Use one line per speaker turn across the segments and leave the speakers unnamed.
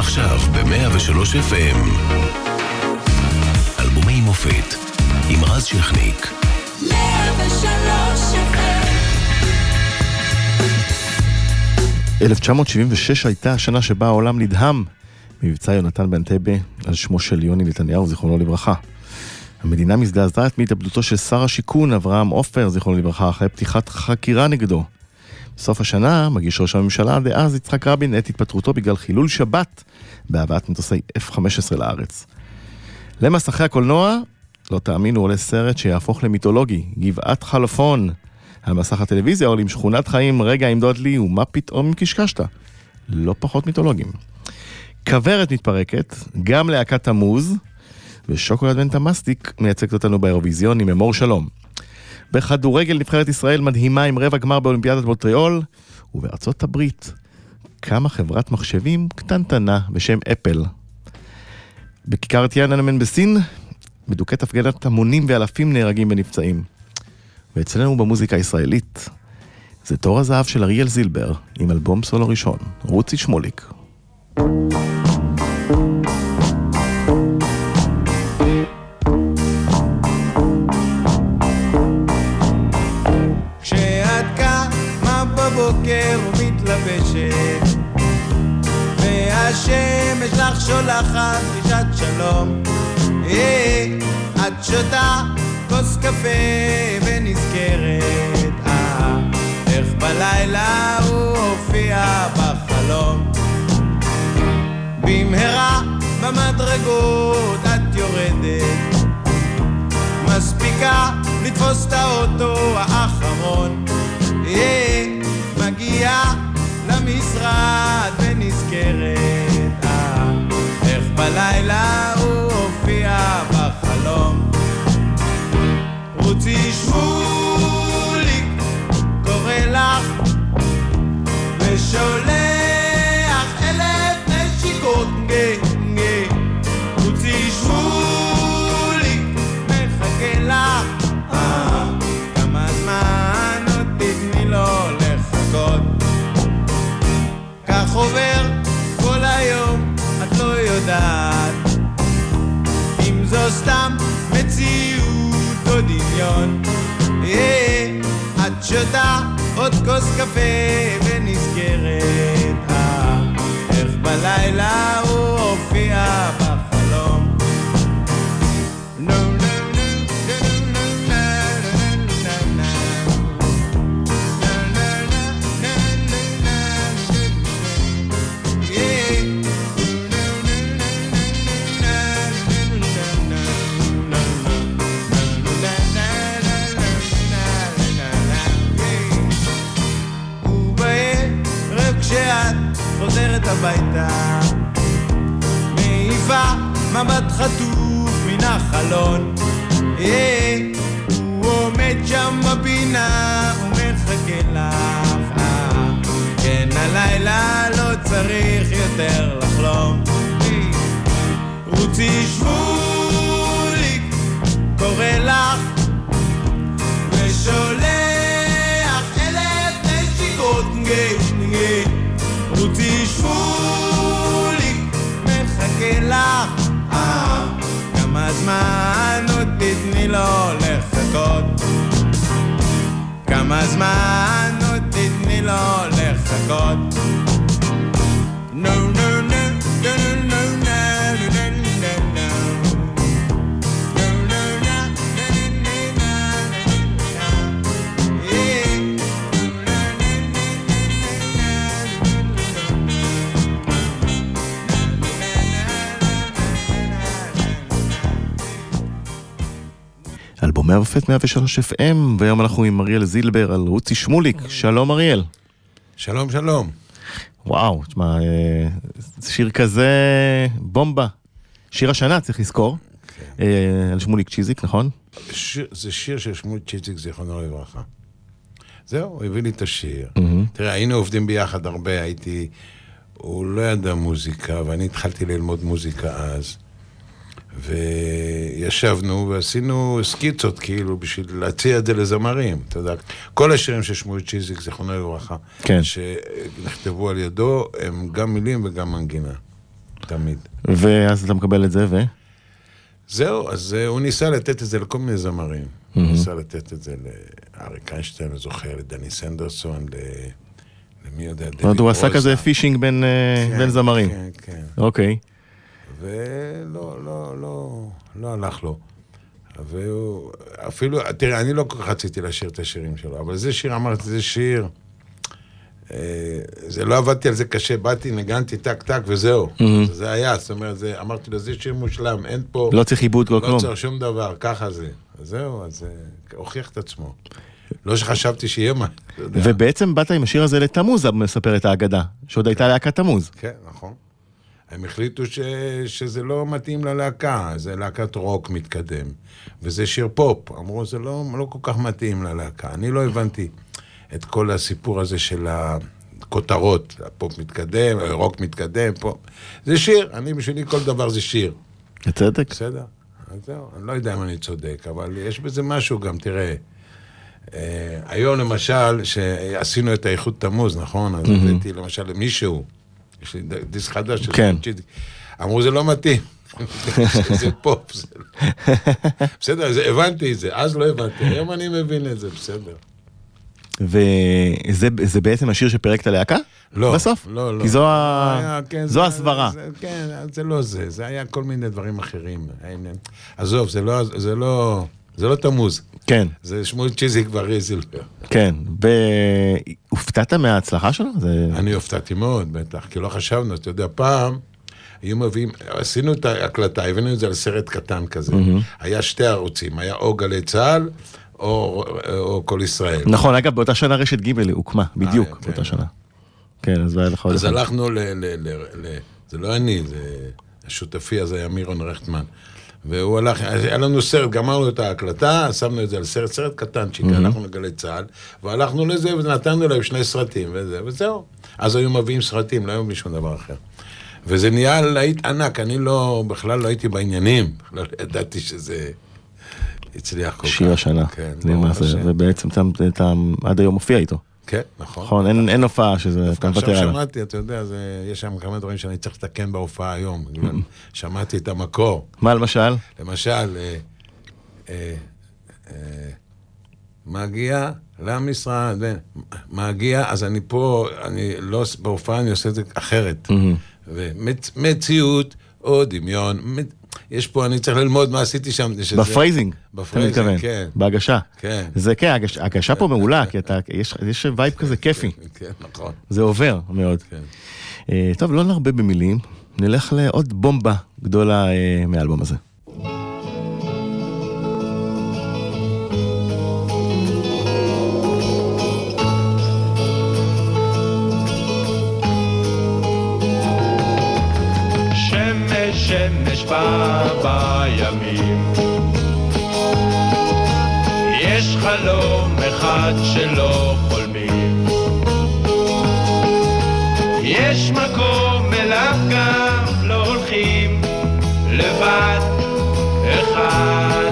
עכשיו ב-103 FM. אלבומי מופת עם רז שכניק. 103 FM.
1976 הייתה השנה שבה העולם נדהם מבצע יונתן באנטבה על שמו של יוני נתניהו, זיכרונו לברכה. המדינה מזדעזעת מהתאבדותו של שר השיכון אברהם עופר, זיכרונו לברכה, אחרי פתיחת חקירה נגדו. בסוף השנה מגיש ראש הממשלה דאז יצחק רבין את התפטרותו בגלל חילול שבת בהבאת מטוסי F-15 לארץ. למסכי הקולנוע, לא תאמינו, עולה סרט שיהפוך למיתולוגי, גבעת חלפון. על מסך הטלוויזיה עולים שכונת חיים, רגע עם דודלי ומה פתאום קשקשת. לא פחות מיתולוגים. כברת מתפרקת, גם להקת תמוז, ושוקולד בן תמאסטיק מייצגת אותנו באירוויזיון עם אמור שלום. בכדורגל נבחרת ישראל מדהימה עם רבע גמר באולימפיאדת מונטריאול, ובארצות הברית קמה חברת מחשבים קטנטנה בשם אפל. בכיכר טיאננמן בסין מדוכאת הפגנת המונים ואלפים נהרגים ונפצעים. ואצלנו במוזיקה הישראלית זה תור הזהב של אריאל זילבר עם אלבום סולו ראשון, רוצי שמוליק.
כשאת קמה בבוקר ומתלבשת והשמש לך שולחת דרישת שלום, את שותה כוס קפה ונזכרת איך בלילה הוא הופיע בחלום. במהרה במדרגות את יורדת, מספיקה לתפוס את האוטו האחרון, מגיעה למשרד ונזכרת איך בלילה הוא הופיע בחלום. רוצי שמוליק קורא לך ושולח 1,000 נשיקות, רוצי שמוליק מחכה לך, כמה זמן עוד תתני לו לחכות. כך עובר כל היום, את לא יודעת אם זו סתם מציאות או דמיון. את שותה עוד כוס קפה ונזכרת איך בלילה הוא הופיע בחלום. חוזרת הביתה, מעיפה מבט חטוף מן החלון, הוא עומד שם בפינה ומחכה לך, כן הלילה לא צריך יותר לחלום. רוצי שמוליק קורא לך ושולח 1,000 נשיקות, רוצי שמוליק מחכה לך, כמה זמן עוד תתני לו לחכות, כמה זמן עוד תתני לו לחכות. No, no, no, no, no, no, no,
אלבומי מופת 103 FM, והיום אנחנו עם אריאל זילבר על רוצי שמוליק. שלום אריאל.
שלום, שלום.
וואו, תשמע, שיר כזה בומבה. שיר השנה, צריך לזכור. על שמוליק צ'יזיק, נכון?
זה שיר של שמוליק צ'יזיק, זיכרונו לברכה. זהו, הוא הביא לי את השיר. תראה, היינו עובדים ביחד הרבה, הוא לא ידע מוזיקה, ואני התחלתי ללמוד מוזיקה אז. וישבנו ועשינו סקיצות כאילו בשביל להציע את זה לזמרים, אתה יודע, כל השירים של שמואל צ'יזיק, זיכרונו לברכה,
כן.
שנכתבו על ידו, הם גם מילים וגם מנגינה. תמיד.
ואז אתה מקבל את זה,
זהו, אז הוא ניסה לתת את זה לכל מיני זמרים. הוא ניסה לתת את זה לאריק איינשטיין, אני זוכר, לדני סנדרסון, למי יודע, דויד רוזה.
הוא עשה כזה פישינג בין זמרים.
כן, כן.
אוקיי.
לא הלך לו. והוא, אפילו, תראה, אני לא כל כך רציתי לשיר את השירים שלו, אבל זה שיר, אמרתי, זה שיר, זה לא עבדתי על זה קשה, באתי, נגנתי, טק, טק, וזהו. זה היה, זאת אומרת, אמרתי לו, זה שיר מושלם, אין פה...
לא צריך עיבוד כל כלום.
לא צריך שום דבר, ככה זה. אז זהו, אז הוכיח את עצמו. לא שחשבתי שיהיה מה.
ובעצם באת עם השיר הזה לתמוז, מספר את האגדה, שעוד הייתה להקת תמוז.
כן, נכון. הם החליטו שזה לא מתאים ללהקה, זה להקת רוק מתקדם, וזה שיר פופ. אמרו, זה לא כל כך מתאים ללהקה. אני לא הבנתי את כל הסיפור הזה של הכותרות, הפופ מתקדם, רוק מתקדם, פופ. זה שיר, בשבילי כל דבר זה שיר.
בצדק.
בסדר, אז זהו, אני לא יודע אם אני צודק, אבל יש בזה משהו גם, תראה, היום למשל, שעשינו את האיחוד תמוז, נכון? אז הבאתי למשל למישהו, יש לי דיסק חדש,
כן.
אמרו, זה לא מתאים, זה פופ. בסדר, הבנתי את זה, אז לא הבנתי, היום אני מבין את זה, בסדר.
וזה בעצם השיר שפרק את הלהקה?
לא.
בסוף?
לא.
כי זו הסברה.
כן, זה לא זה, זה היה כל מיני דברים אחרים. עזוב, זה לא תמוז.
כן.
זה שמואל צ'יזיק והריזילבר.
כן, והופתעת מההצלחה שלו?
אני הופתעתי מאוד, בטח, כי לא חשבנו, אתה יודע, פעם היו מביאים, עשינו את ההקלטה, הבאנו את זה על סרט קטן כזה. היה שתי ערוצים, היה או גלי צהל, או כל ישראל.
נכון, אגב, באותה שנה רשת ג' הוקמה, בדיוק, באותה שנה. כן, אז היה לך עוד...
אז הלכנו זה לא אני, זה השותפי הזה היה מירון רכטמן. והוא הלך, היה לנו סרט, גמרנו את ההקלטה, שמנו את זה על סרט קטנצ'יק, הלכנו לגלי צהל, והלכנו לזה ונתנו להם 2 סרטים, וזהו. אז היו מביאים סרטים, לא היו משום דבר אחר. וזה נהיה להיט ענק, אני בכלל לא הייתי בעניינים, בכלל ידעתי שזה הצליח כל כך.
שיר השנה, ובעצם אתה עד היום מופיע איתו.
כן, נכון.
נכון, אין הופעה שזה, אתה מוותר עליו.
עכשיו שמעתי, אתה יודע, יש שם כמה דברים שאני צריך לתקן בהופעה היום. שמעתי את המקור.
מה למשל?
למשל, מגיע למשרד, מגיע, אז אני פה, אני לא, בהופעה אני עושה את זה אחרת. ומציאות או דמיון, יש פה, אני צריך ללמוד מה עשיתי שם.
בפרייזינג, אתה מתכוון,
כן.
בהגשה.
כן.
זה כן, הגשה פה מעולה, כי יש וייב כזה כיפי.
כן, נכון.
זה עובר מאוד. טוב, לא נרבה במילים, נלך לעוד בומבה גדולה מהאלבום הזה.
שמש בימים יש חלום אחד שלא חולמים יש מקום אליו גם לא הולכים לבד אחד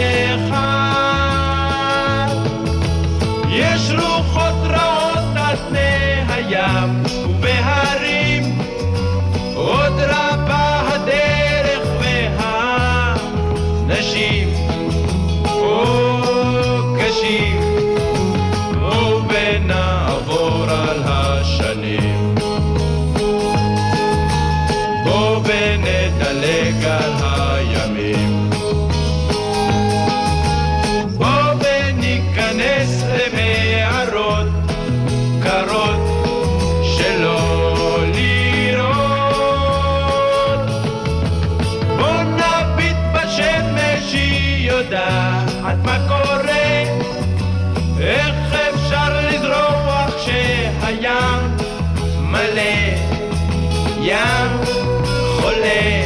אחד יש רוחות רעות על פני הים ובהרים עוד רבה הדרך והנשים קשים ובנעבור על השנים בוא ונדלג על הימים בוא וניכנס למערות קרות שלא יודעת מה קורה איך אפשר לזרוח שהים מלא ים חולה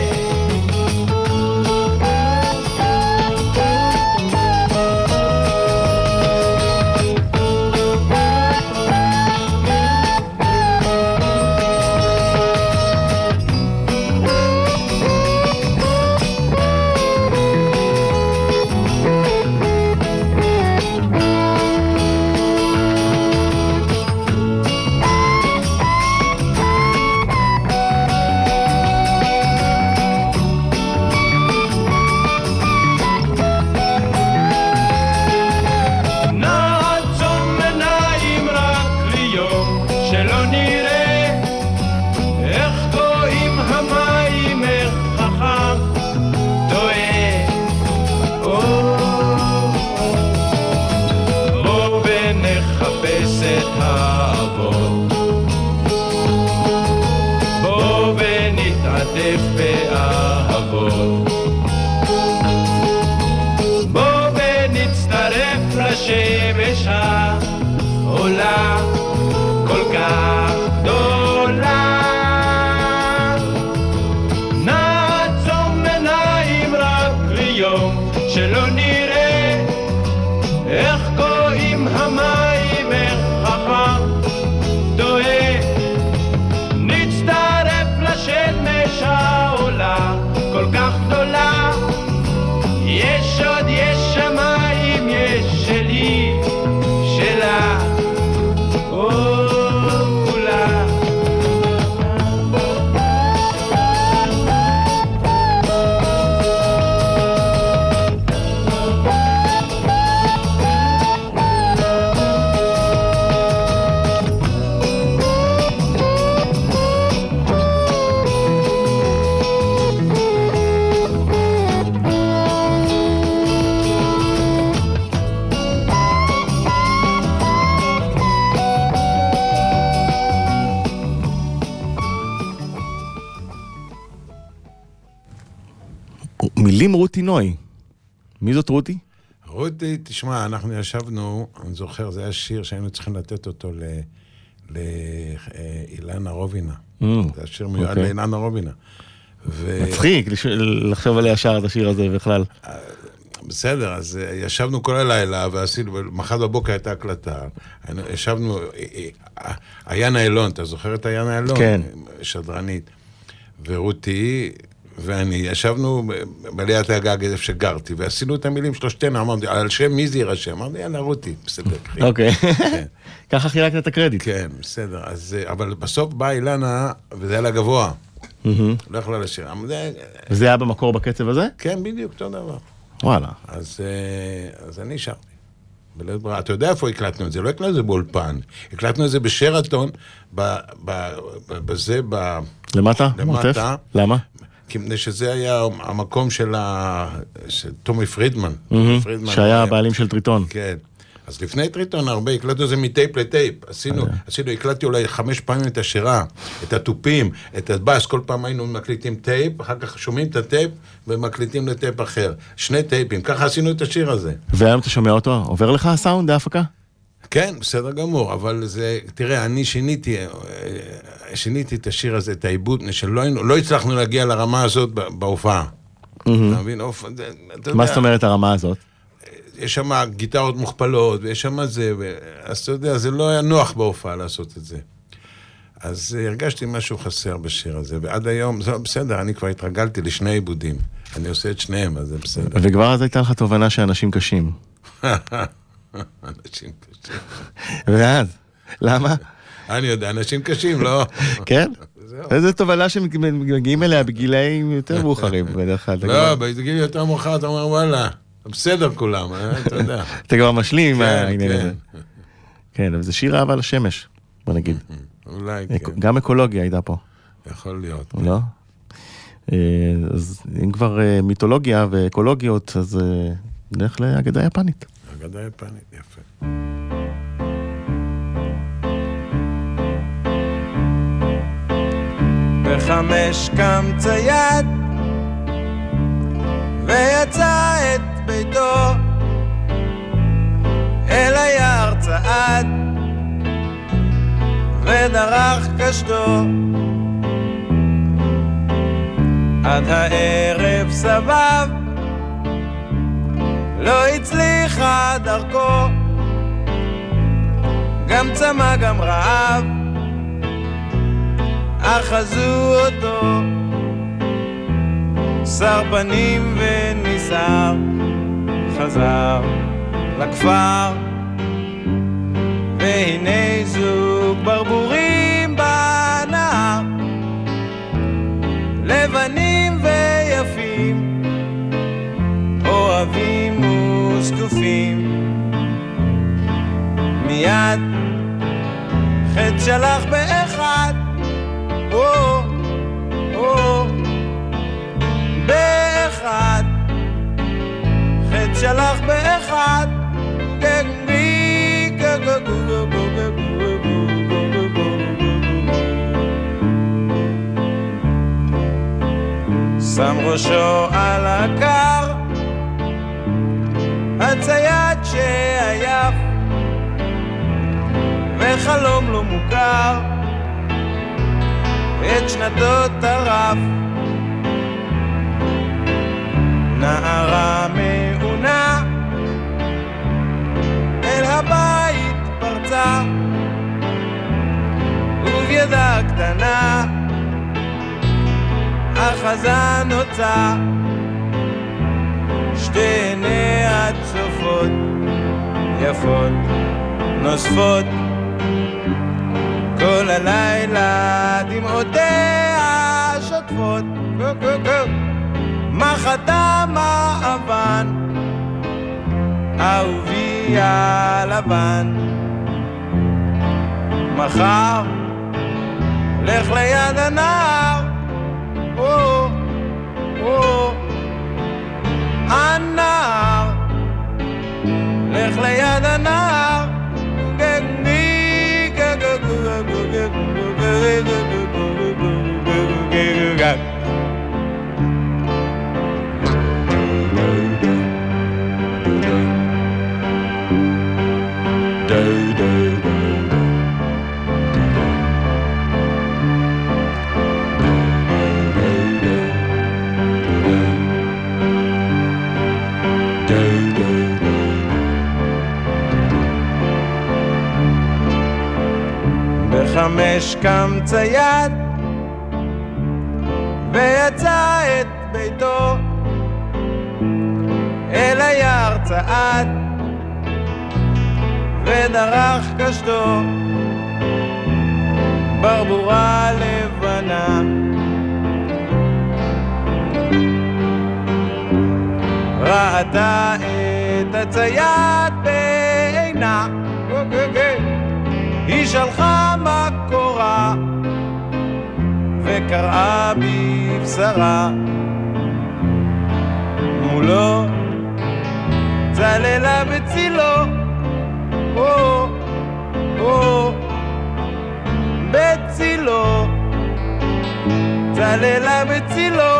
עטף באהבות. בוא ונצטרף לשמש העולה כל כך גדולה. נעצום עיניים רק ליום שלא נראה איך גויים המים, איך חכם טועה. נצטרף לשמש העולה כל כך גדולה. יש עוד, יש שמיים, יש שלי, שלה, כולה.
מילים רותי נוי. מי זאת רותי?
רותי, תשמע, אנחנו ישבנו, אני זוכר, זה היה שיר שהיינו צריכים לתת אותו לאילנה רובינה. זה היה שיר מיועד לאילנה רובינה.
מצחיק לחשוב עליה שר את השיר הזה בכלל.
בסדר, אז ישבנו כל הלילה, ועשינו, מחר בבוקר הייתה הקלטה, ישבנו, היה נאלון, אתה זוכר את היה נאלון?
כן.
שדרנית. ורותי ואני ישבנו בעליית הגג איפה שגרתי, ועשינו את המילים שלושתנו, אמרתי, על שם מי זה יירשם? אמרתי, יאללה, רותי, בסדר.
אוקיי. ככה חילקת את הקרדיט.
כן, בסדר. אבל בסוף באה אילנה, וזה היה לה גבוה. לא יכולה לשיר.
וזה היה במקור בקצב הזה?
כן, בדיוק, אותו דבר.
וואלה.
אז אני שרתי. אתה יודע איפה הקלטנו את זה? לא הקלטנו את זה באולפן. הקלטנו את זה בשרתון, בזה,
למטה?
למטה.
למה?
כי שזה היה המקום של תומי פרידמן.
שהיה הבעלים של טריטון.
כן. אז לפני טריטון הרבה, הקלטנו את זה מטייפ לטייפ. הקלטתי אולי 5 פעמים את השירה, את הטופים, את הבאס, כל פעם היינו מקליטים טייפ, אחר כך שומעים את הטייפ ומקליטים לטייפ אחר. 2 טייפים, ככה עשינו את השיר הזה.
והיום אתה שומע אותו? עובר לך הסאונד, ההפקה?
כן, בסדר גמור, אבל זה, תראה, אני שיניתי את השיר הזה, את העיבוד, שלא הצלחנו להגיע לרמה הזאת בהופעה. אתה מבין?
מה זאת אומרת הרמה הזאת?
יש שם גיטרות מוכפלות, ויש שם זה, אז אתה יודע, זה לא היה נוח בהופעה לעשות את זה. אז הרגשתי משהו חסר בשיר הזה, ועד היום, זה בסדר, אני כבר התרגלתי ל2 עיבודים. אני עושה את שניהם, אז זה בסדר.
וכבר אז הייתה לך תובנה שאנשים קשים.
אנשים קשים.
ואז, למה?
אני יודע, אנשים קשים, לא?
כן? איזו תובנה שמגיעים אליה בגילאים יותר מאוחרים, בדרך כלל.
לא, בגיל יותר מאוחר אתה אומר, וואלה, בסדר כולם, אתה יודע.
אתה כבר משלים עם העניין הזה. כן, אבל זה שיר אהבה לשמש, בוא נגיד.
אולי, כן.
גם אקולוגיה הייתה פה.
יכול להיות.
לא? אז אם כבר מיתולוגיה ואקולוגיות, אז נלך לאגדה יפנית.
אגדה יפנית, יפה.
ב5 קם צייד ויצא את ביתו אל היער צעד ודרך קשתו עד הערב סבב לא הצליחה דרכו גם צמא גם רעב אחזו אותו שר פנים וניסר חזר לכפר והנה זוג ברבורים בנהר לבנים ויפים אוהבים וסקופים מיד חץ שלח באחד באחד חץ שלח באחד שם ראשו על הקר, הצייד שעייף וחלום לא מוכר את שנתות הרף. נערה מעונה אל הבית פרצה, ובידה קטנה החזן הוצא, שתי עיניה צופות יפות נוספות כל הלילה דמעותיה שוטפות. מה חתם האבן אהובי הלבן, מחר לך ליד הנער, הנער לך ליד הנער, בחמש קם צייד ויצא את ביתו, אל היער צעד ודרך קשתו, ברבורה לבנה ראתה את הצייד בעינה, היא שלחה מקורה וקראה בבשרה, מולו צללה בצילו, בצילו צללה בצילו,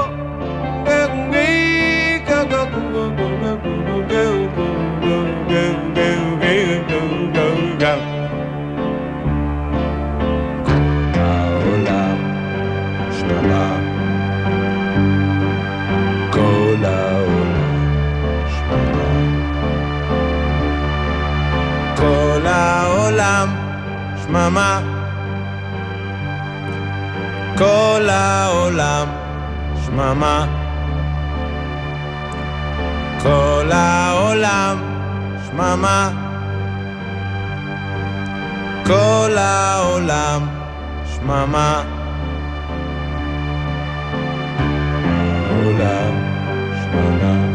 כל העולם שממה, כל העולם שממה, כל העולם שממה, כל העולם שממה, העולם שממה.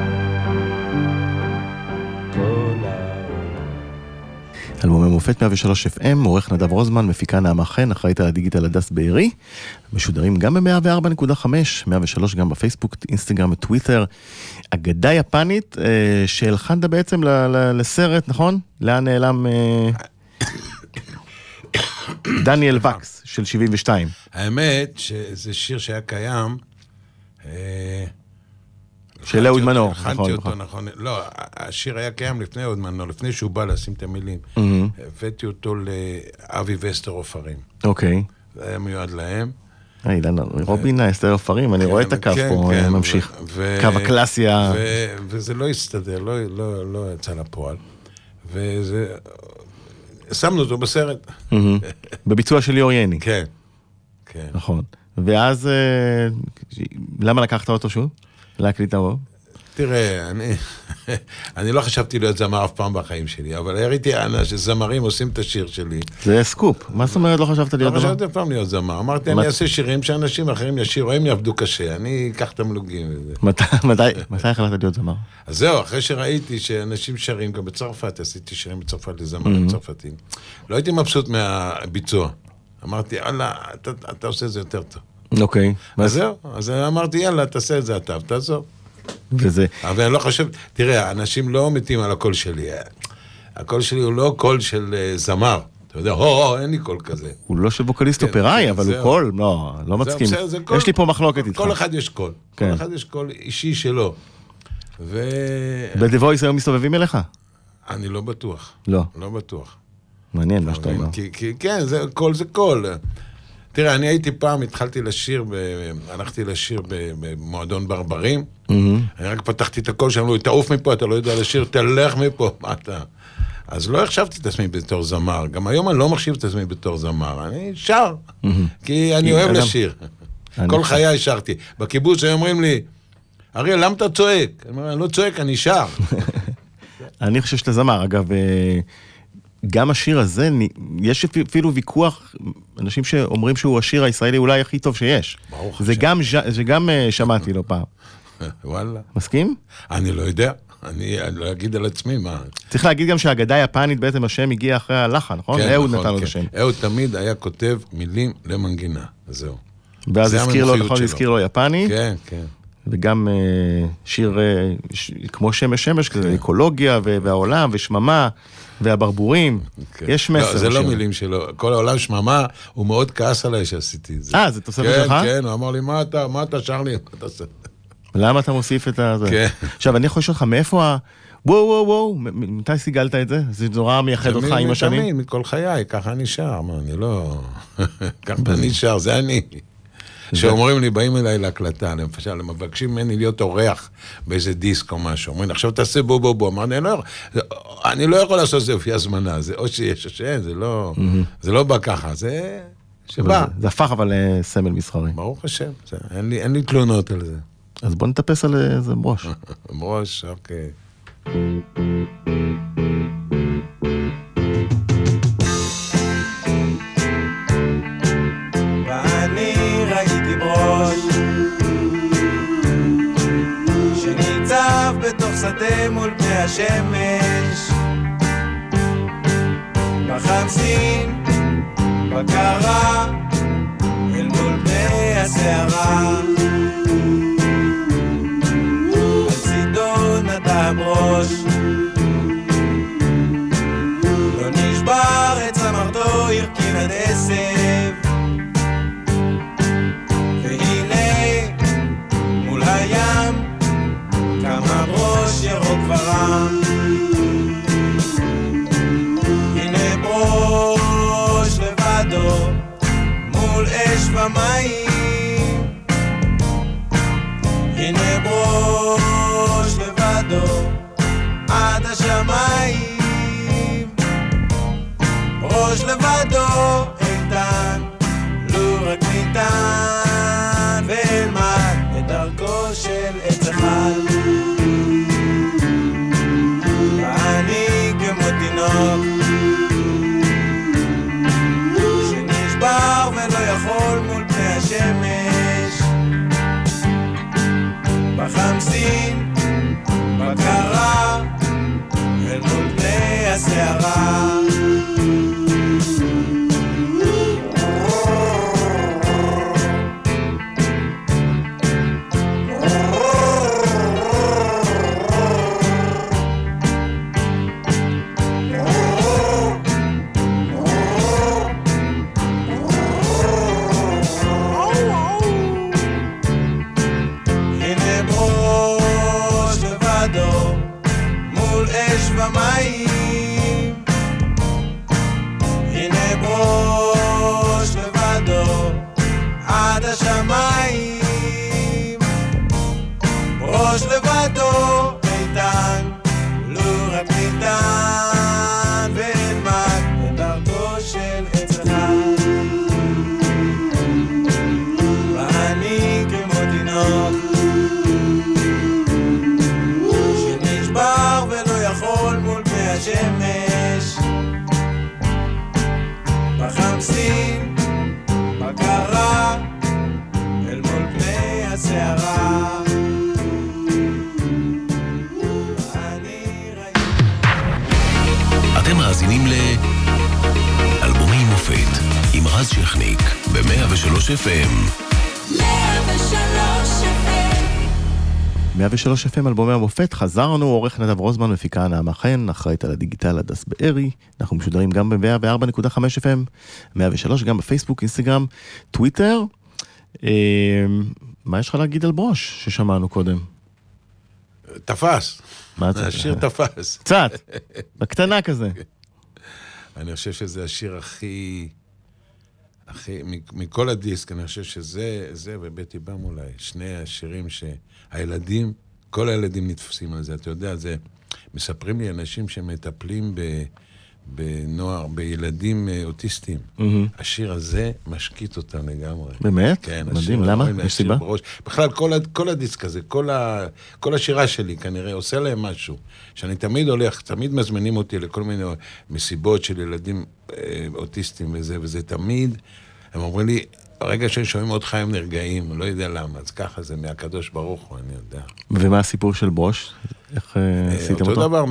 אלבומי מופת 103 FM, עורך נדב רוזמן, מפיקה נעמה חן, אחראית על הדיגיטל הדס בארי, משודרים גם ב-104.5, 103 גם בפייסבוק, אינסטגרם וטוויטר. אגדה יפנית שהלחנת בעצם לסרט, נכון? לאן נעלם דניאל וקס של 72.
האמת שזה שיר שהיה קיים,
של אהוד מנור.
הכנתי אותו, נכון. לא, השיר היה קיים לפני אהוד מנור, לפני שהוא בא לשים את המילים. הבאתי אותו לאבי וסטר עופרים.
אוקיי.
זה היה מיועד להם.
רובינה, אסתר עופרים, אני רואה את הקו פה, ממשיך. קו הקלאסיה.
וזה לא הסתדר, לא יצא לפועל. וזה... שמנו אותו בסרט.
בביצוע של ליאור יני.
כן.
נכון. ואז, למה לקחת אותו שוב? להקליט הרוב?
תראה, אני לא חשבתי להיות זמר אף פעם בחיים שלי, אבל הראיתי שזמרים עושים את השיר שלי.
זה סקופ. מה זאת אומרת לא חשבת להיות זמר?
לא חשבתי אף פעם להיות זמר. אמרתי, אני אעשה שירים שאנשים אחרים ישירו, הם יעבדו קשה, אני אקח תמלוגים וזה.
מתי החלטת להיות זמר?
אז זהו, אחרי שראיתי שאנשים שרים, גם בצרפת, עשיתי שירים בצרפת לזמרים צרפתיים. לא הייתי מבסוט מהביצוע. אמרתי, יאללה, אתה עושה את זה יותר טוב.
אוקיי.
אז זהו, אז אמרתי, יאללה, תעשה את זה אתה, תעזוב.
וזה...
אבל אני לא חושב, תראה, אנשים לא מתים על הקול שלי. הקול שלי הוא לא קול של זמר. אתה יודע, אין לי קול כזה.
הוא לא של ווקליסט אופראי, אבל הוא קול, לא מסכים. יש לי פה מחלוקת איתך.
כל אחד יש קול. כל אחד יש קול אישי שלו.
ב-The Voice היום מסתובבים אליך?
אני לא בטוח.
לא.
לא בטוח.
מעניין מה שאתה אומר.
כן, קול זה קול. תראה, אני הייתי פעם, התחלתי לשיר, הלכתי לשיר במועדון ברברים, אני רק פתחתי את הקול שם, תעוף מפה, אתה לא יודע לשיר, תלך מפה, מה אתה? אז לא החשבתי את עצמי בתור זמר, גם היום אני לא מחשיב את עצמי בתור זמר, אני שר, כי אני אוהב לשיר, כל חיי שרתי. בקיבוץ הם אומרים לי, אריה, למה אתה צועק? אני לא צועק, אני שר.
אני חושב שאתה זמר, אגב, גם השיר הזה, יש אפילו ויכוח, אנשים שאומרים שהוא השיר הישראלי אולי הכי טוב שיש. זה גם שמעתי לו פעם.
וואלה.
מסכים?
אני לא יודע. אני לא אגיד על עצמי מה.
צריך להגיד גם שהאגדה היפנית בעצם השם הגיע אחרי הלחן, נכון? אהוד נתן לו את השם.
אהוד תמיד היה כותב מילים למנגינה, זהו.
ואז הזכיר לו יפני.
כן, כן.
וגם שיר כמו שמש שמש, כזה אקולוגיה והעולם ושממה והברבורים, יש מסר.
זה לא מילים שלו, כל העולם שממה, הוא מאוד כעס עליי שעשיתי את זה.
זה תוספת שלך?
כן, כן, הוא אמר לי, מה אתה שר לי?
למה אתה מוסיף את זה?
כן.
עכשיו, אני יכול לשאול אותך, מאיפה וואו, מתי סיגלת את זה? זה נורא מייחד אותך עם השנים?
תמיד, מכל חיי, ככה אני שר, אני לא... ככה אני שר, זה אני. שאומרים לי, באים אליי להקלטה, למשל, הם מבקשים ממני להיות אורח באיזה דיסק או משהו, אומרים, עכשיו תעשה בוא, אמרתי, אני לא יכול לעשות זה לפי הזמנה, זה או שיש או שאין, זה לא בא ככה, זה שבא.
זה הפך אבל לסמל מסחרי.
ברוך השם, אין לי תלונות על זה.
אז בוא נטפס על איזה ברוש.
ברוש, אוקיי.
בתוך שדה מול פני השמש, בחמסין, בקרה, אל מול פני הסערה, על צידו נדב ראש, לא נשבר את צמרתו, ירקין עד עשב, והנה מול הים כמה ברוש ירוק ורם, הנה ברוש לבדו מול אש ומים, הנה ברוש לבדו עד השמיים, ברוש לבדו איתן, לו רק ניתן, ואלמד את דרכו של עץ אחד. שנשבר ולא יכול מול פני השמש, בחמסין, בקרה, אל מול פני הסערה.
אתם מאזינים לאלבומי מופת עם רז שכניק ב-103 FM.
103 103 FM אלבומי המופת, חזרנו, עורך נדב רוזמן, מפיקה נעמה חן, אחראית על הדיגיטל הדס בארי, אנחנו משודרים גם ב-104.5 FM, 103, גם בפייסבוק, אינסטגרם, טוויטר. מה יש לך להגיד על ברוש ששמענו קודם?
תפס.
מה זה?
השיר תפס.
קצת, בקטנה כזה.
אני חושב שזה השיר הכי, מכל הדיסק, אני חושב שזה ובית איבם אולי, שני השירים שהילדים, כל הילדים נתפסים על זה, אתה יודע, זה, מספרים לי אנשים שמטפלים בנוער, בילדים אוטיסטים. השיר הזה משקיט אותם לגמרי.
באמת?
כן,
מדהים, למה? יש סיבה?
בכלל, כל הדיסק הזה, כל השירה שלי כנראה עושה להם משהו, שאני תמיד הולך, תמיד מזמינים אותי לכל מיני מסיבות של ילדים אוטיסטים וזה תמיד, הם אומרים לי, ברגע ששומעים אותך הם נרגעים, לא יודע למה, אז ככה זה מהקדוש ברוך הוא, אני יודע.
ומה הסיפור של ברוש? איך עשיתם אותו?
אותו דבר,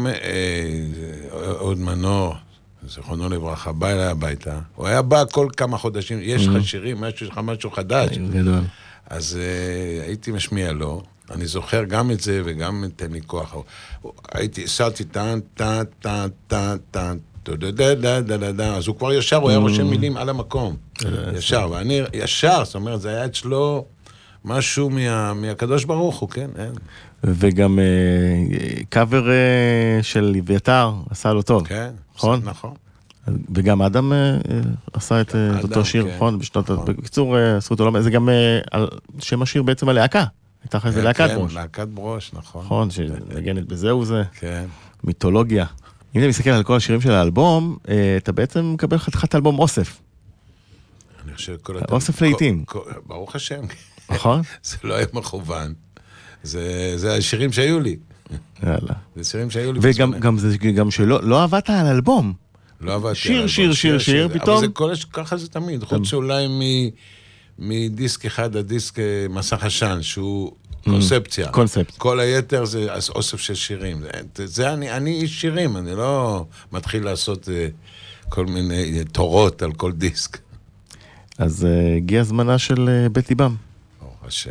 עוד מנור, זכרונו לברכה, בא אליי הביתה, הוא היה בא כל כמה חודשים, יש לך שירים, יש לך משהו חדש.
גדול.
אז הייתי משמיע לו, אני זוכר גם את זה וגם תן לי כוח. הייתי, סרתי טן, טן, טן, טן, טן, אז הוא כבר ישר, הוא היה רושם מילים על המקום. ישר, ואני ישר, זאת אומרת, זה היה אצלו משהו מהקדוש ברוך הוא, כן?
וגם קאבר של אביתר עשה לו טוב.
כן, נכון.
וגם אדם עשה את אותו שיר, נכון? בקיצור, עשו אותו, זה גם שם השיר בעצם הלהקה. הייתה אחרי זה להקת ברוש.
כן, להקת ברוש, נכון.
נכון, שנגנת בזהו זה.
כן.
מיתולוגיה. אם אתה מסתכל על כל השירים של האלבום, אתה בעצם מקבל חתיכת אלבום אוסף.
אני חושב כל...
אוסף לעיתים.
ברוך השם.
נכון?
זה לא היה מכוון. זה השירים שהיו לי.
יאללה.
זה שירים שהיו לי.
וגם שלא עבדת על אלבום.
לא עבדתי
על אלבום. שיר, פתאום.
אבל ככה זה תמיד. חוץ אולי מדיסק אחד, הדיסק מסך עשן, שהוא... קונספציה. כל היתר זה אוסף של שירים. זה אני איש שירים, אני לא מתחיל לעשות כל מיני תורות על כל דיסק.
אז הגיע הזמנה של בית ליבם.
ברוך השם.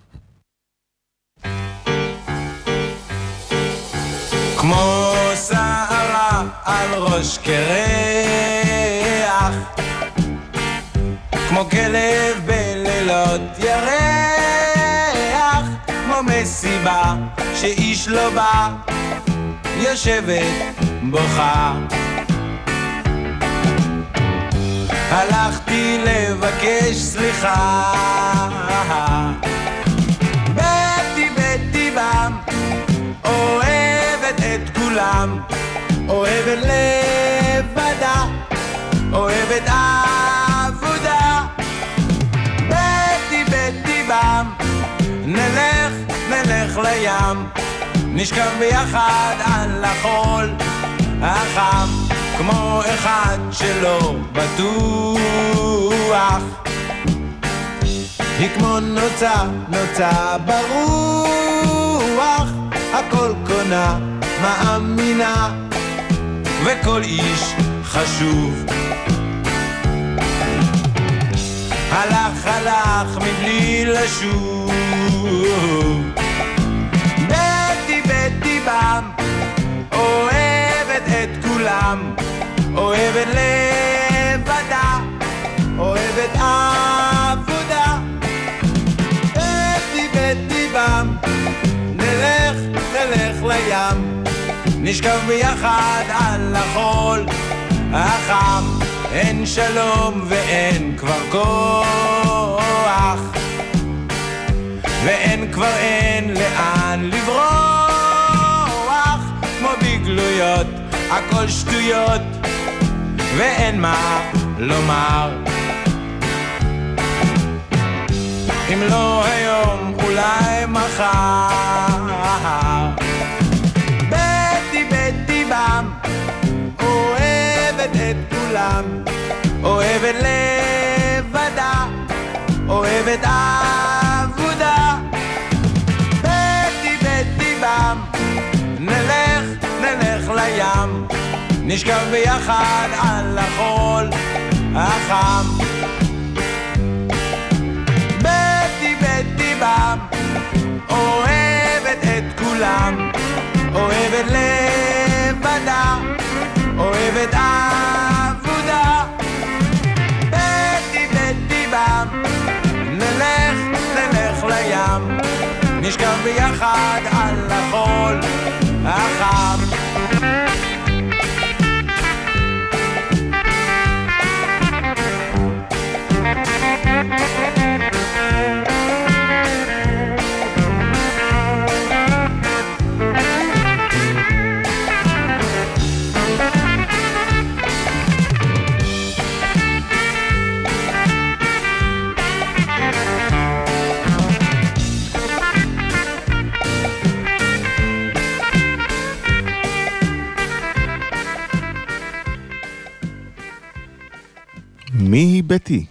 כמו שערה על ראש קרח, כמו כלב בלילות ירח, כמו מסיבה שאיש לא בא, יושבת בוכה. הלכתי לבקש סליחה, בתי בם, אוהבת את כולם, אוהבת לבדה, אוהבת עבודה. בתי בם, נלך לים, נשכב ביחד על החול החם, כמו אחד שלא בטוח. היא כמו נוצה ברוח, הכל קונה, מאמינה, וכל איש חשוב. הלך מבלי לשוב. בתי בם, אוהבת את כולם, אוהבת לבדה, אוהבת עבודה. בתי בם, נלך לים, נשכב ביחד על החול החם. אין שלום ואין כבר כוח, ואין לאן לברוח, כמו בגלויות הכל שטויות, ואין מה לומר. אם לא היום אולי מחר. בתי בם, אוהבת את כולם, אוהבת לבדה, אוהבת עבודה. בתי בם, נלך לים, נשכב ביחד על החול החם. בתי בם, אוהבת את אוהבת לבדה, אוהבת עבודה. בטי בטי בם, נלך לים, נשכב ביחד על החול החם.
מי היא בטי?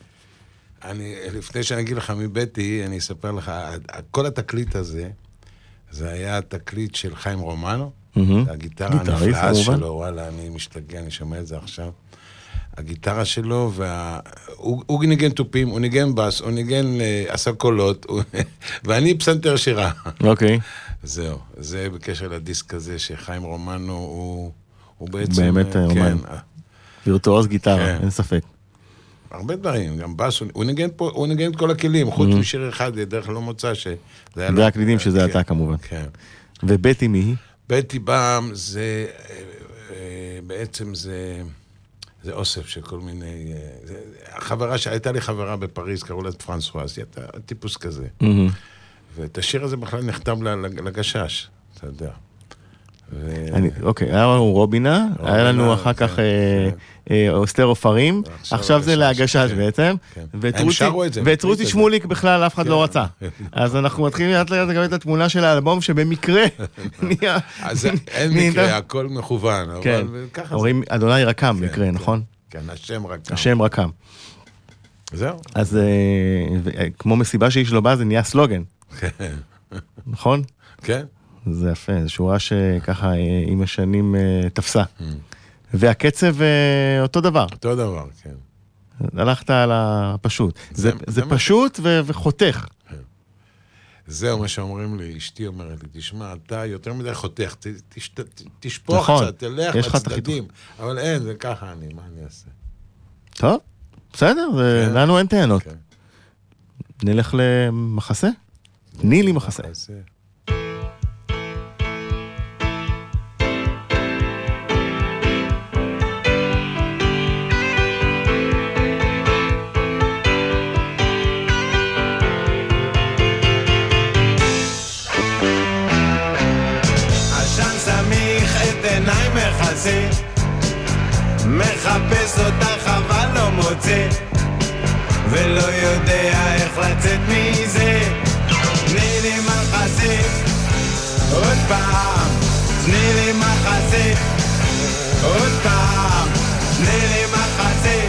לפני שאני אגיד לך מי בטי, אני אספר לך, כל התקליט הזה, זה היה התקליט של חיים רומנו, הגיטרה הנפלאה שלו, וואלה, אני משתגע, אני שומע את זה עכשיו. הגיטרה שלו, הוא ניגן טופים, הוא ניגן בס, הוא ניגן, עשה קולות, ואני פסנתר שירה.
אוקיי.
זהו, זה בקשר לדיסק הזה, שחיים רומנו הוא בעצם...
באמת אומן. וירטואוז גיטרה, אין ספק.
הרבה דברים, גם בס, הוא ניגן את כל הכלים, חוץ משיר אחד, דרך לא מוצא
זה הקלידים שזה אתה כמובן.
כן.
ובטי מי היא?
בטי בם זה, בעצם זה אוסף של כל מיני, הייתה לי חברה בפריז, קראו לה פרנסואס, היא הייתה טיפוס כזה. ואת השיר הזה בכלל נכתב לגשש, אתה יודע.
אוקיי, היה לנו רובינה, היה לנו אחר כך אוסטר עופרים, עכשיו זה להגשש בעצם, ואת רותי שמוליק בכלל אף אחד לא רצה. אז אנחנו מתחילים לאט לאט לקבל את התמונה של האלבום שבמקרה נהיה...
אז אין מקרה, הכל מכוון, אבל ככה זה.
אומרים, אדוני רקם מקרה, נכון?
כן, השם רקם.
השם רקם.
זהו.
אז כמו מסיבה שאיש לא בא, זה נהיה סלוגן. נכון?
כן.
זה יפה, זו שורה שככה עם השנים תפסה. והקצב אותו דבר.
אותו דבר, כן.
הלכת על הפשוט. זה פשוט וחותך.
זהו מה שאומרים לי, אשתי אומרת לי, תשמע, אתה יותר מדי חותך, תשפוך קצת, תלך בצדדים. אבל אין, זה ככה מה אני אעשה?
טוב, בסדר, לנו אין טענות. נלך למחסה? תני לי מחסה.
מחפש אותך אבל לא מוצא ולא יודע איך לצאת מזה. תני לי מחסה עוד פעם, תני לי מחסה עוד פעם, תני לי מחסה.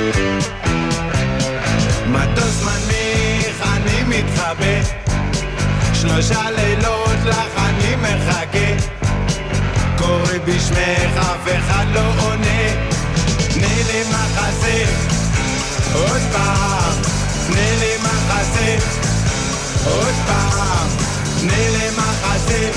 מטוס מנמיך אני מתחבא, 3 לילות לך אני מחכה, קורא בשמך אף אחד לא עונה. תני לי מחסה עוד פעם, תני לי מחסה עוד פעם, תני לי מחסה.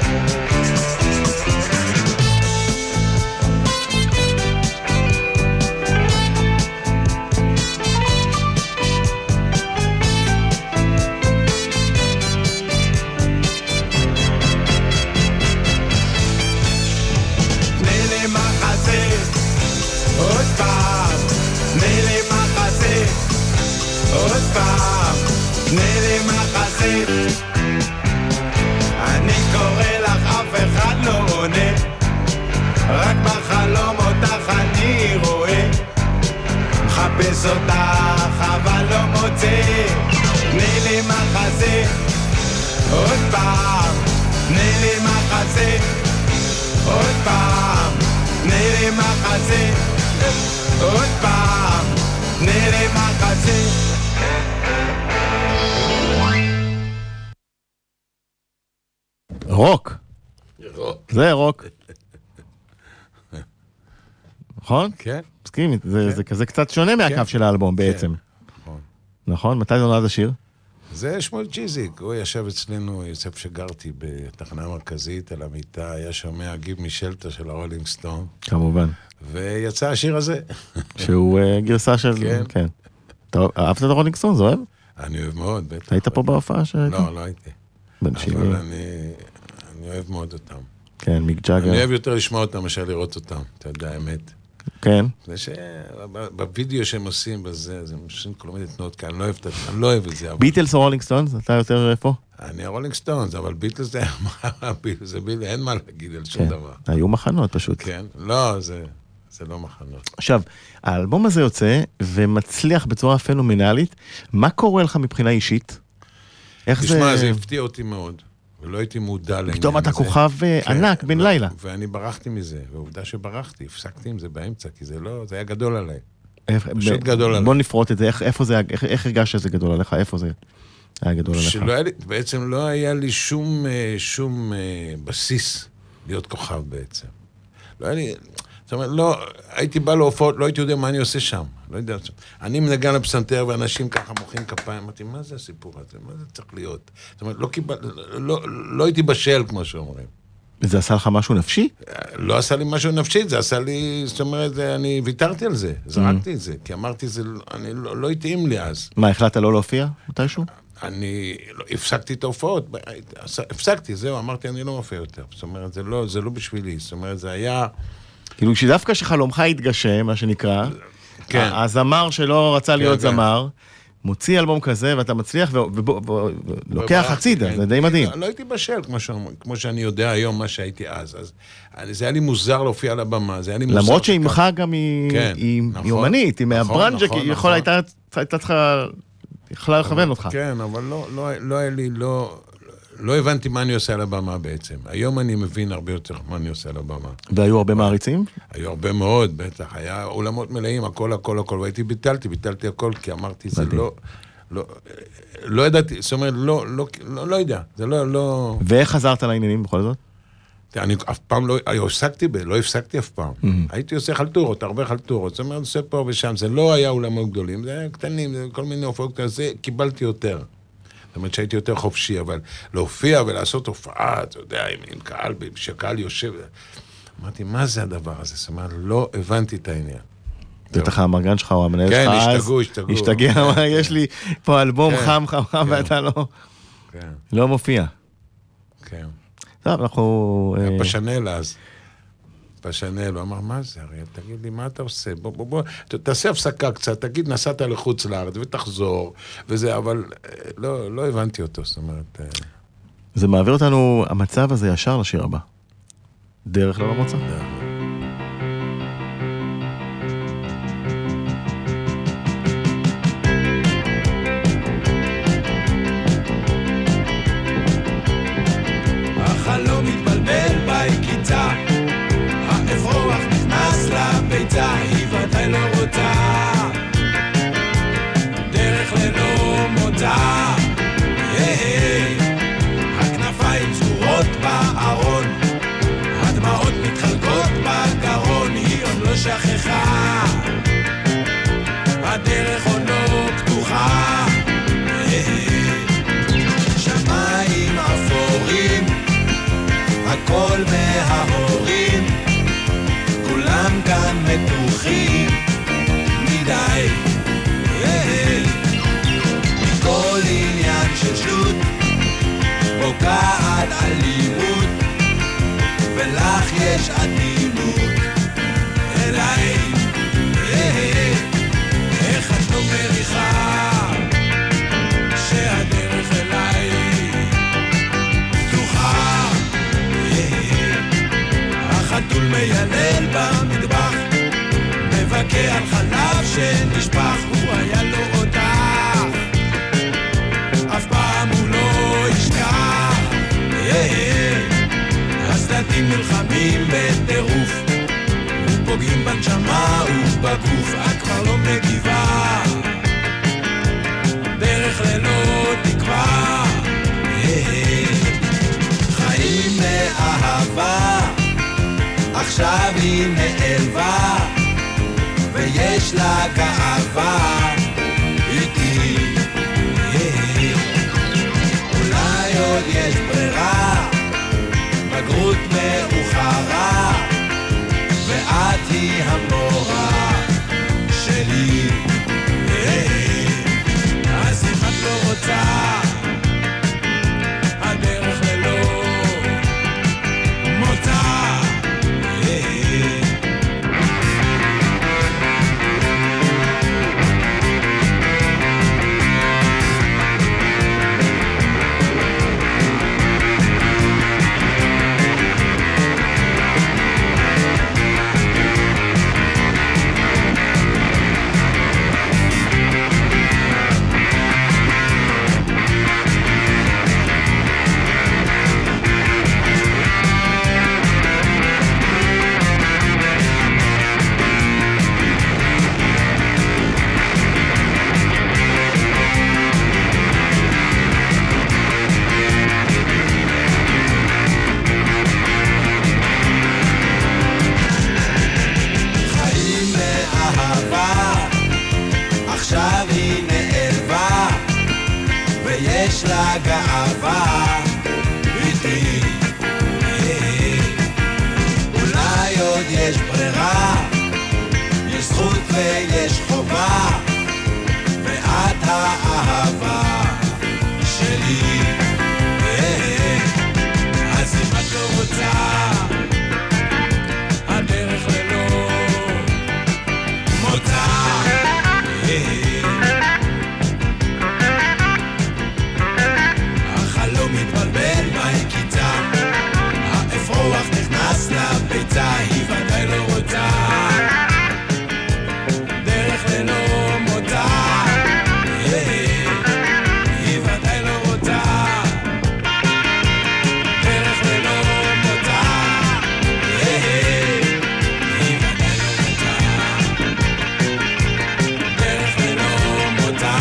אני קורא לך אף אחד לא עונה, רק בחלום אותך אני רואה, מחפש אותך אבל לא מוצא. תני לי מחסה עוד פעם, תני לי מחסה עוד פעם, תני לי מחסה עוד פעם, תני לי מחסה.
רוק. זה רוק. נכון?
כן.
מסכים, זה כזה קצת שונה מהקו של האלבום בעצם. נכון? מתי נולד השיר?
זה שמואל צ'יזיק, הוא ישב אצלנו, יוסף שגרתי בתחנה מרכזית על המיטה, היה שומע גיב משלטר של הרולינג סטון.
כמובן.
ויצא השיר הזה.
שהוא גרסה של...
כן.
כן. אתה אהבת את הרולינג סטון, זה אוהב?
אני אוהב מאוד, בטח.
היית פה בהופעה שהיית?
לא, לא הייתי.
בן 70.
אבל אני אוהב מאוד אותם.
כן, מיק ג'אגר.
אני אוהב יותר לשמוע אותם מאשר לראות אותם, אתה יודע, האמת.
כן.
זה שבווידאו שהם עושים בזה, אז הם עושים כל מיני תנועות כאן, אני לא אוהב את זה.
ביטלס או רולינג סטונס? אתה יותר איפה?
אני הרולינג סטונס, אבל ביטלס זה אין מה להגיד על שום דבר.
היו מחנות פשוט.
כן, לא, זה לא מחנות.
עכשיו, האלבום הזה יוצא ומצליח בצורה פנומנלית. מה קורה לך מבחינה אישית? איך זה...
תשמע, זה הפתיע אותי מאוד, ולא הייתי מודע לעניין הזה.
פתאום אתה כוכב ענק בן לילה.
ואני ברחתי מזה, ועובדה שברחתי, הפסקתי עם זה באמצע, כי זה לא, זה היה גדול עליי.
פשוט
גדול עליי.
בוא נפרוט את זה, איך הרגשת שזה גדול עליך? איפה זה היה גדול עליך?
בעצם לא היה לי שום בסיס להיות כוכב בעצם. לא היה לי... זאת אומרת, לא, הייתי בא להופעות, לא הייתי יודע מה אני עושה שם. לא יודע, אני מנגן לפסנתר ואנשים ככה מוחאים כפיים, אמרתי, מה זה הסיפור הזה? מה זה צריך להיות? זאת אומרת, לא הייתי בשל, כמו שאומרים.
וזה עשה לך משהו נפשי?
לא עשה לי משהו נפשי, זה עשה לי, זאת אומרת, אני ויתרתי על זה, זרקתי את זה, כי אמרתי, אני לא התאים לי אז.
מה, החלטת לא להופיע מתישהו?
אני הפסקתי את ההופעות, הפסקתי, זהו, אמרתי, אני לא מופיע יותר. זאת אומרת, זה לא בשבילי, זאת אומרת, זה היה...
כאילו, שדווקא שחלומך התגשם, מה שנקרא,
כן.
הזמר שלא רצה להיות זמר, מוציא אלבום כזה, ואתה מצליח, ולוקח הצידה, זה די מדהים.
לא הייתי בשל, כמו שאני יודע היום, מה שהייתי אז. אז זה היה לי מוזר להופיע על הבמה, זה היה לי מוזר...
למרות שאימך גם היא אומנית, היא מהברנג'ה, כי יכולה יכלה לכוון אותך.
כן, אבל לא היה לי, לא הבנתי מה אני עושה על הבמה בעצם. היום אני מבין הרבה יותר מה אני עושה על הבמה.
והיו הרבה מעריצים?
היו הרבה מאוד, בטח. היה אולמות מלאים, הכל, והייתי ביטלתי הכל, כי אמרתי, זה לא ידעתי, זאת אומרת, לא יודע, זה לא...
ואיך חזרת לעניינים בכל זאת?
אני אף פעם לא הפסקתי אף פעם. הייתי עושה חלטורות, הרבה חלטורות. זאת אומרת, עושה פה ושם, זה לא היה אולמות גדולים, זה היה קטנים, זה כל מיני הופעות כזה, קיבלתי יותר. זאת אומרת שהייתי יותר חופשי, אבל להופיע ולעשות הופעה, אתה יודע, עם קהל, שקהל יושב, אמרתי, מה זה הדבר הזה? זאת אומרת, לא הבנתי את העניין.
בטח המרגן שלך או המנהל שלך אז, השתגע, יש לי פה אלבום חם, ואתה לא מופיע.
כן.
טוב, אנחנו...
פשנל אז. פשנל, הוא אמר, מה זה, אריאל? תגיד לי, מה אתה עושה? בוא, תעשה הפסקה קצת, תגיד, נסעת לחוץ לארץ ותחזור, וזה, אבל לא הבנתי אותו, זאת אומרת...
זה מעביר אותנו, המצב הזה ישר לשיר הבא. דרך לא למוצא.
החלום מתבלבל ביקיצה, האפרוח נכנס לביצה, היא ודאי לא רוצה דרך ללא מוצא. הכנפיים סגורות בארון, הדמעות מתחלקות בגרון, היא עוד לא שכחה, הדרך עוד לא פתוחה. שמיים אפורים, הכל מההורים, כולם כאן מתוחים מדי, מכל עניין של שטות בוקעת אלימות, ולך יש עדינות אליי, איך את לא מריחה שהדרך אליי פתוחה. החתול מיילל במטבח, מבקר על חלב שנשפך, הוא היה לו אותך, אף פעם הוא לא ישכח. הסדקים נלחמים בטירוף, ופוגעים בנשמה ובגוף, את כבר לא מגיבה, דרך ללא תקווה. חיים מאהבה, עכשיו היא נעלבה, ויש לה גאווה איתי, הגאווה איתי. אולי עוד יש ברירה, יש זכות ויש חובה, ואת האהבה שלי. אז אם את לא רוצה, הדרך ללא מוצא. החלום מתבלבל בהקיצה, האפרוח נכנס לביצה, היא ודאי לא רוצה דרך ללא מוצא. היא ודאי לא רוצה דרך ללא מוצא. היא ודאי לא רוצה דרך ללא מוצא.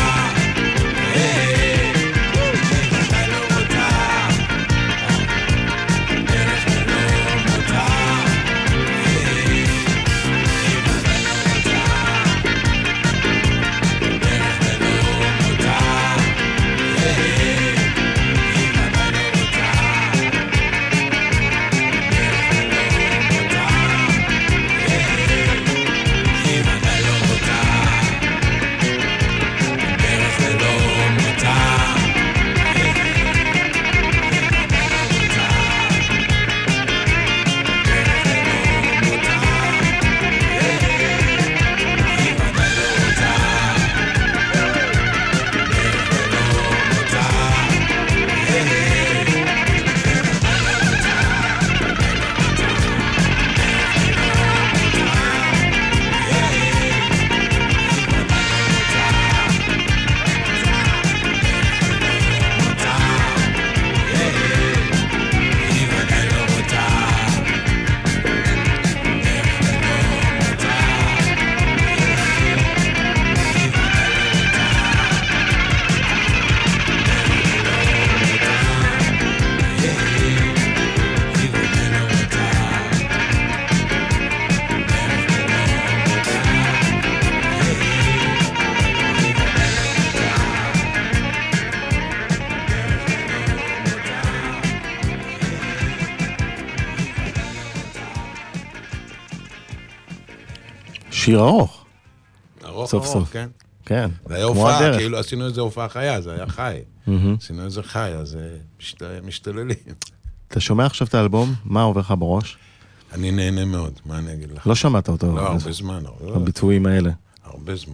שיר ארוך.
ארוך,
סוף
ארוך,
סוף.
כן.
כן.
זה היה
כמו
הופעה,
הדרך.
כאילו עשינו איזה הופעה חיה, זה היה חי. עשינו איזה חי, אז משתוללים.
אתה שומע עכשיו את האלבום? מה עובר לך בראש?
אני נהנה מאוד, מה אני אגיד לך?
לא שמעת אותו.
לא, הרבה זמן.
הביצועים האלה.
הרבה זמן.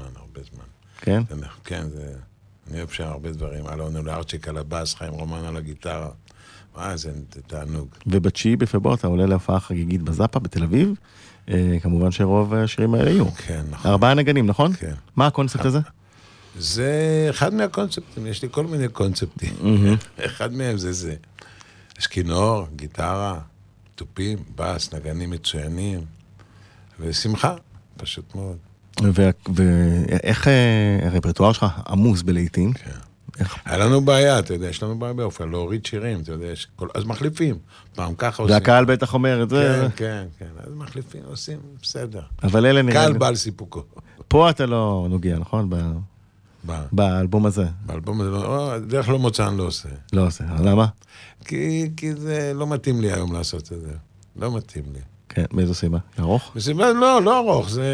כן?
כן, אני אוהב שהרבה דברים. אלון לארצ'יק על הבאס, חיים רומן על הגיטרה. זה תענוג.
וב9 בפברואר אתה עולה להופעה חגיגית בזאפה בתל אביב. כמובן שרוב השירים האלה יהיו.
כן, נכון.
4 נגנים, נכון?
כן.
מה הקונספט הזה?
זה אחד מהקונספטים, יש לי כל מיני קונספטים. אחד מהם זה. יש כינור, גיטרה, טופים, בס, נגנים מצוינים, ושמחה, פשוט מאוד.
ואיך הרפרטואר שלך עמוס בלעיתים?
כן. היה לנו בעיה, אתה יודע, יש לנו בעיה באופן, להוריד שירים, אתה יודע, אז מחליפים, פעם ככה עושים.
והקהל בטח אומר את זה.
כן, אז מחליפים, עושים, בסדר.
אבל אלה נראה...
קהל בעל סיפוקו.
פה אתה לא נוגע, נכון? באלבום הזה.
באלבום הזה, דרך לא מוצא אני לא עושה.
לא עושה, למה?
כי זה לא מתאים לי היום לעשות את זה. לא מתאים לי.
כן, מאיזו סיבה? ארוך?
בסיבה, לא ארוך, זה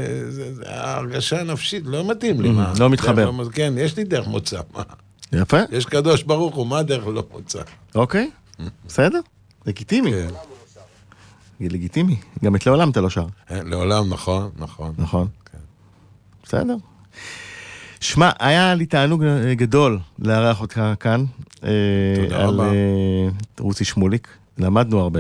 ההרגשה הנפשית, לא מתאים לי.
לא מתחבר.
כן, יש לי דרך מוצא, מה?
יפה.
יש קדוש ברוך הוא, מה דרך לא מוצא?
אוקיי, בסדר, לגיטימי. לגיטימי, גם את לעולם אתה לא שר.
לעולם, נכון.
נכון. בסדר. שמע, היה לי תענוג גדול לארח אותך כאן.
תודה רבה.
על רוסי שמוליק, למדנו הרבה.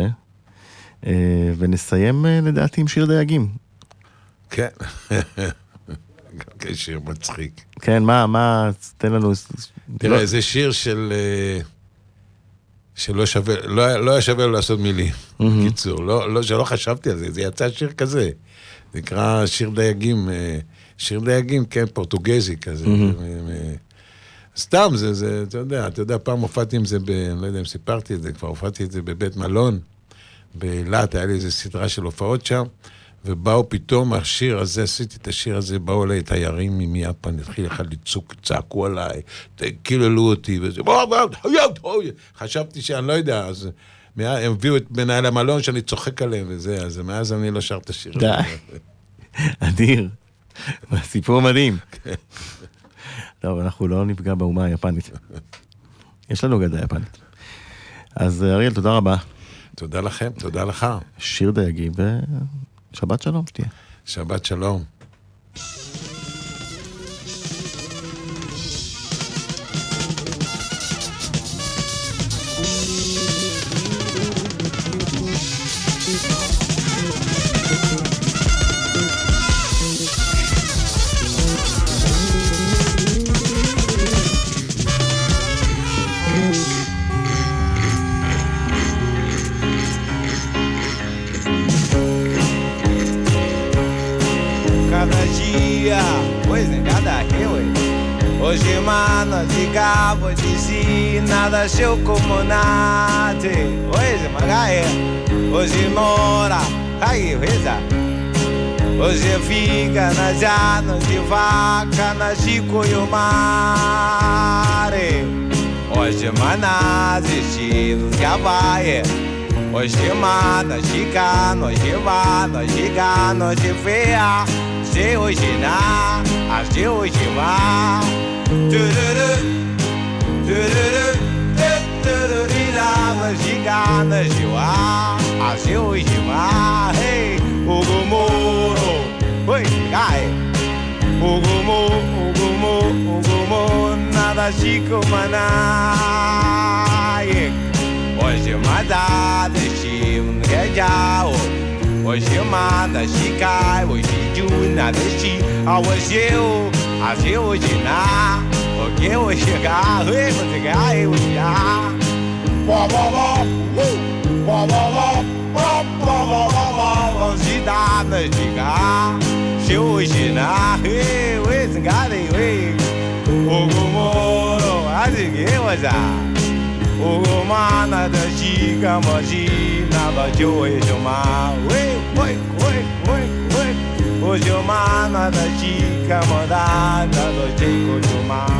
ונסיים לדעתי עם שיר דייגים.
כן. גם כשיר מצחיק.
כן, מה, תן לנו...
תראה, זה שיר שלא שווה, לא היה שווה לו לעשות מילים. קיצור, שלא חשבתי על זה, זה יצא שיר כזה. זה נקרא שיר דייגים, כן, פורטוגזי כזה. סתם, זה, אתה יודע, פעם הופעתי עם זה, אני לא יודע אם סיפרתי את זה, כבר הופעתי את זה בבית מלון, באילת, היה לי איזו סדרה של הופעות שם, ובאו פתאום השיר הזה, עשיתי את השיר הזה, באו אליי תיירים מיפן, התחיל אחד לצעוק, צעקו עליי, קיללו אותי, וזה, חשבתי שאני לא יודע, אז הם הביאו את מנהל המלון שאני צוחק עליהם וזה, אז מאז אני לא שר את השיר.
די, אדיר, סיפור מדהים. טוב, אנחנו לא נפגע באומה היפנית. יש לנו גדה יפנית. אז אריאל, תודה רבה.
תודה לכם, תודה לך.
שיר דייגים, ושבת שלום שתהיה.
שבת שלום.
Hoje mano de cabo de si nada show como nate hoje magaé hoje mora aí reza hoje fica na jana de vaca na chico e o mare hoje mana de estilo que vai hoje mana chica hoje hoje feia se hoje na hoje vai Lava gigante jiwa aseu jiwa hey ugumoro oi kai ugumo nada chico manaye hoje mada de chim gejao hoje mada chikai hoje juna de chi awaseu aseu jina que eu chegar, eu vou chegar, eu vou chegar. Cidade chegar, se eu chegar, eu vou chegar, eu vou acho que eu vou já. O mana da chica, imagina, mas eu vou chamar. Hoje o mana da chica, mandada do jeito de mar.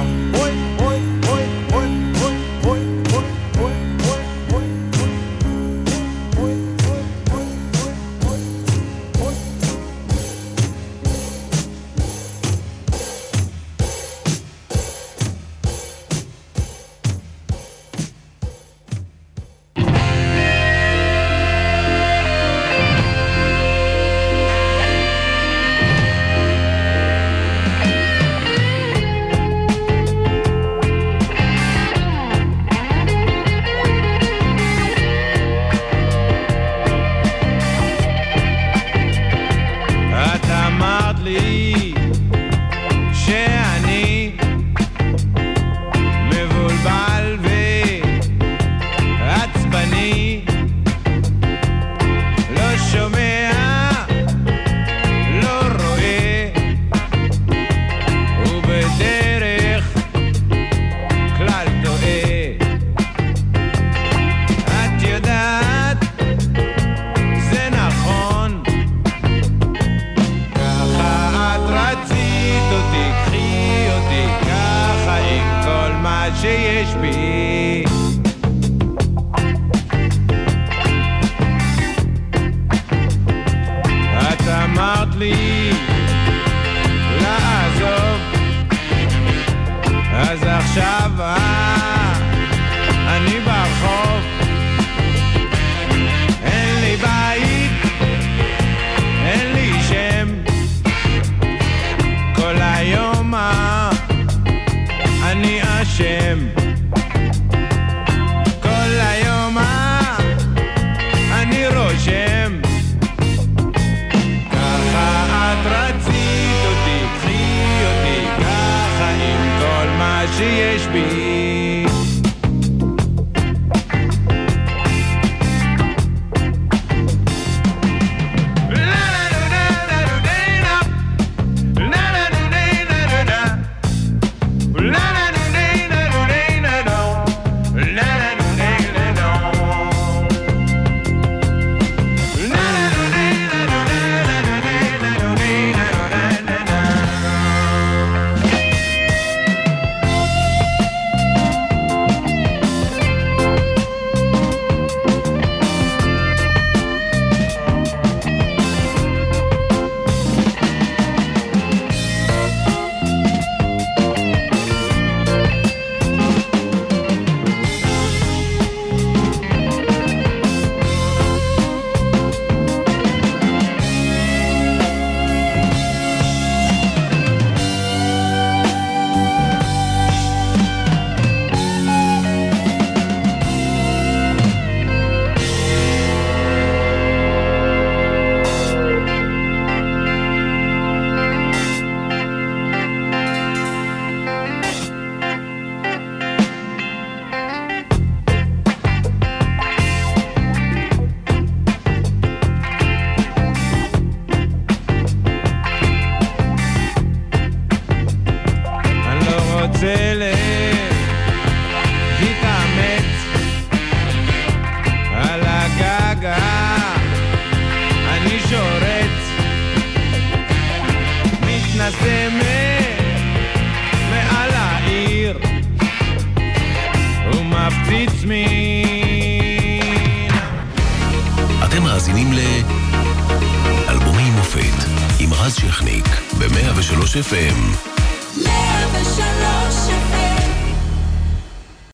מתאמץ על הגגה, אני שורץ, מתנשמת מעל העיר ומפציץ
אתם מאזינים לאלבומי מופת עם רז שכניק ב-103 FM.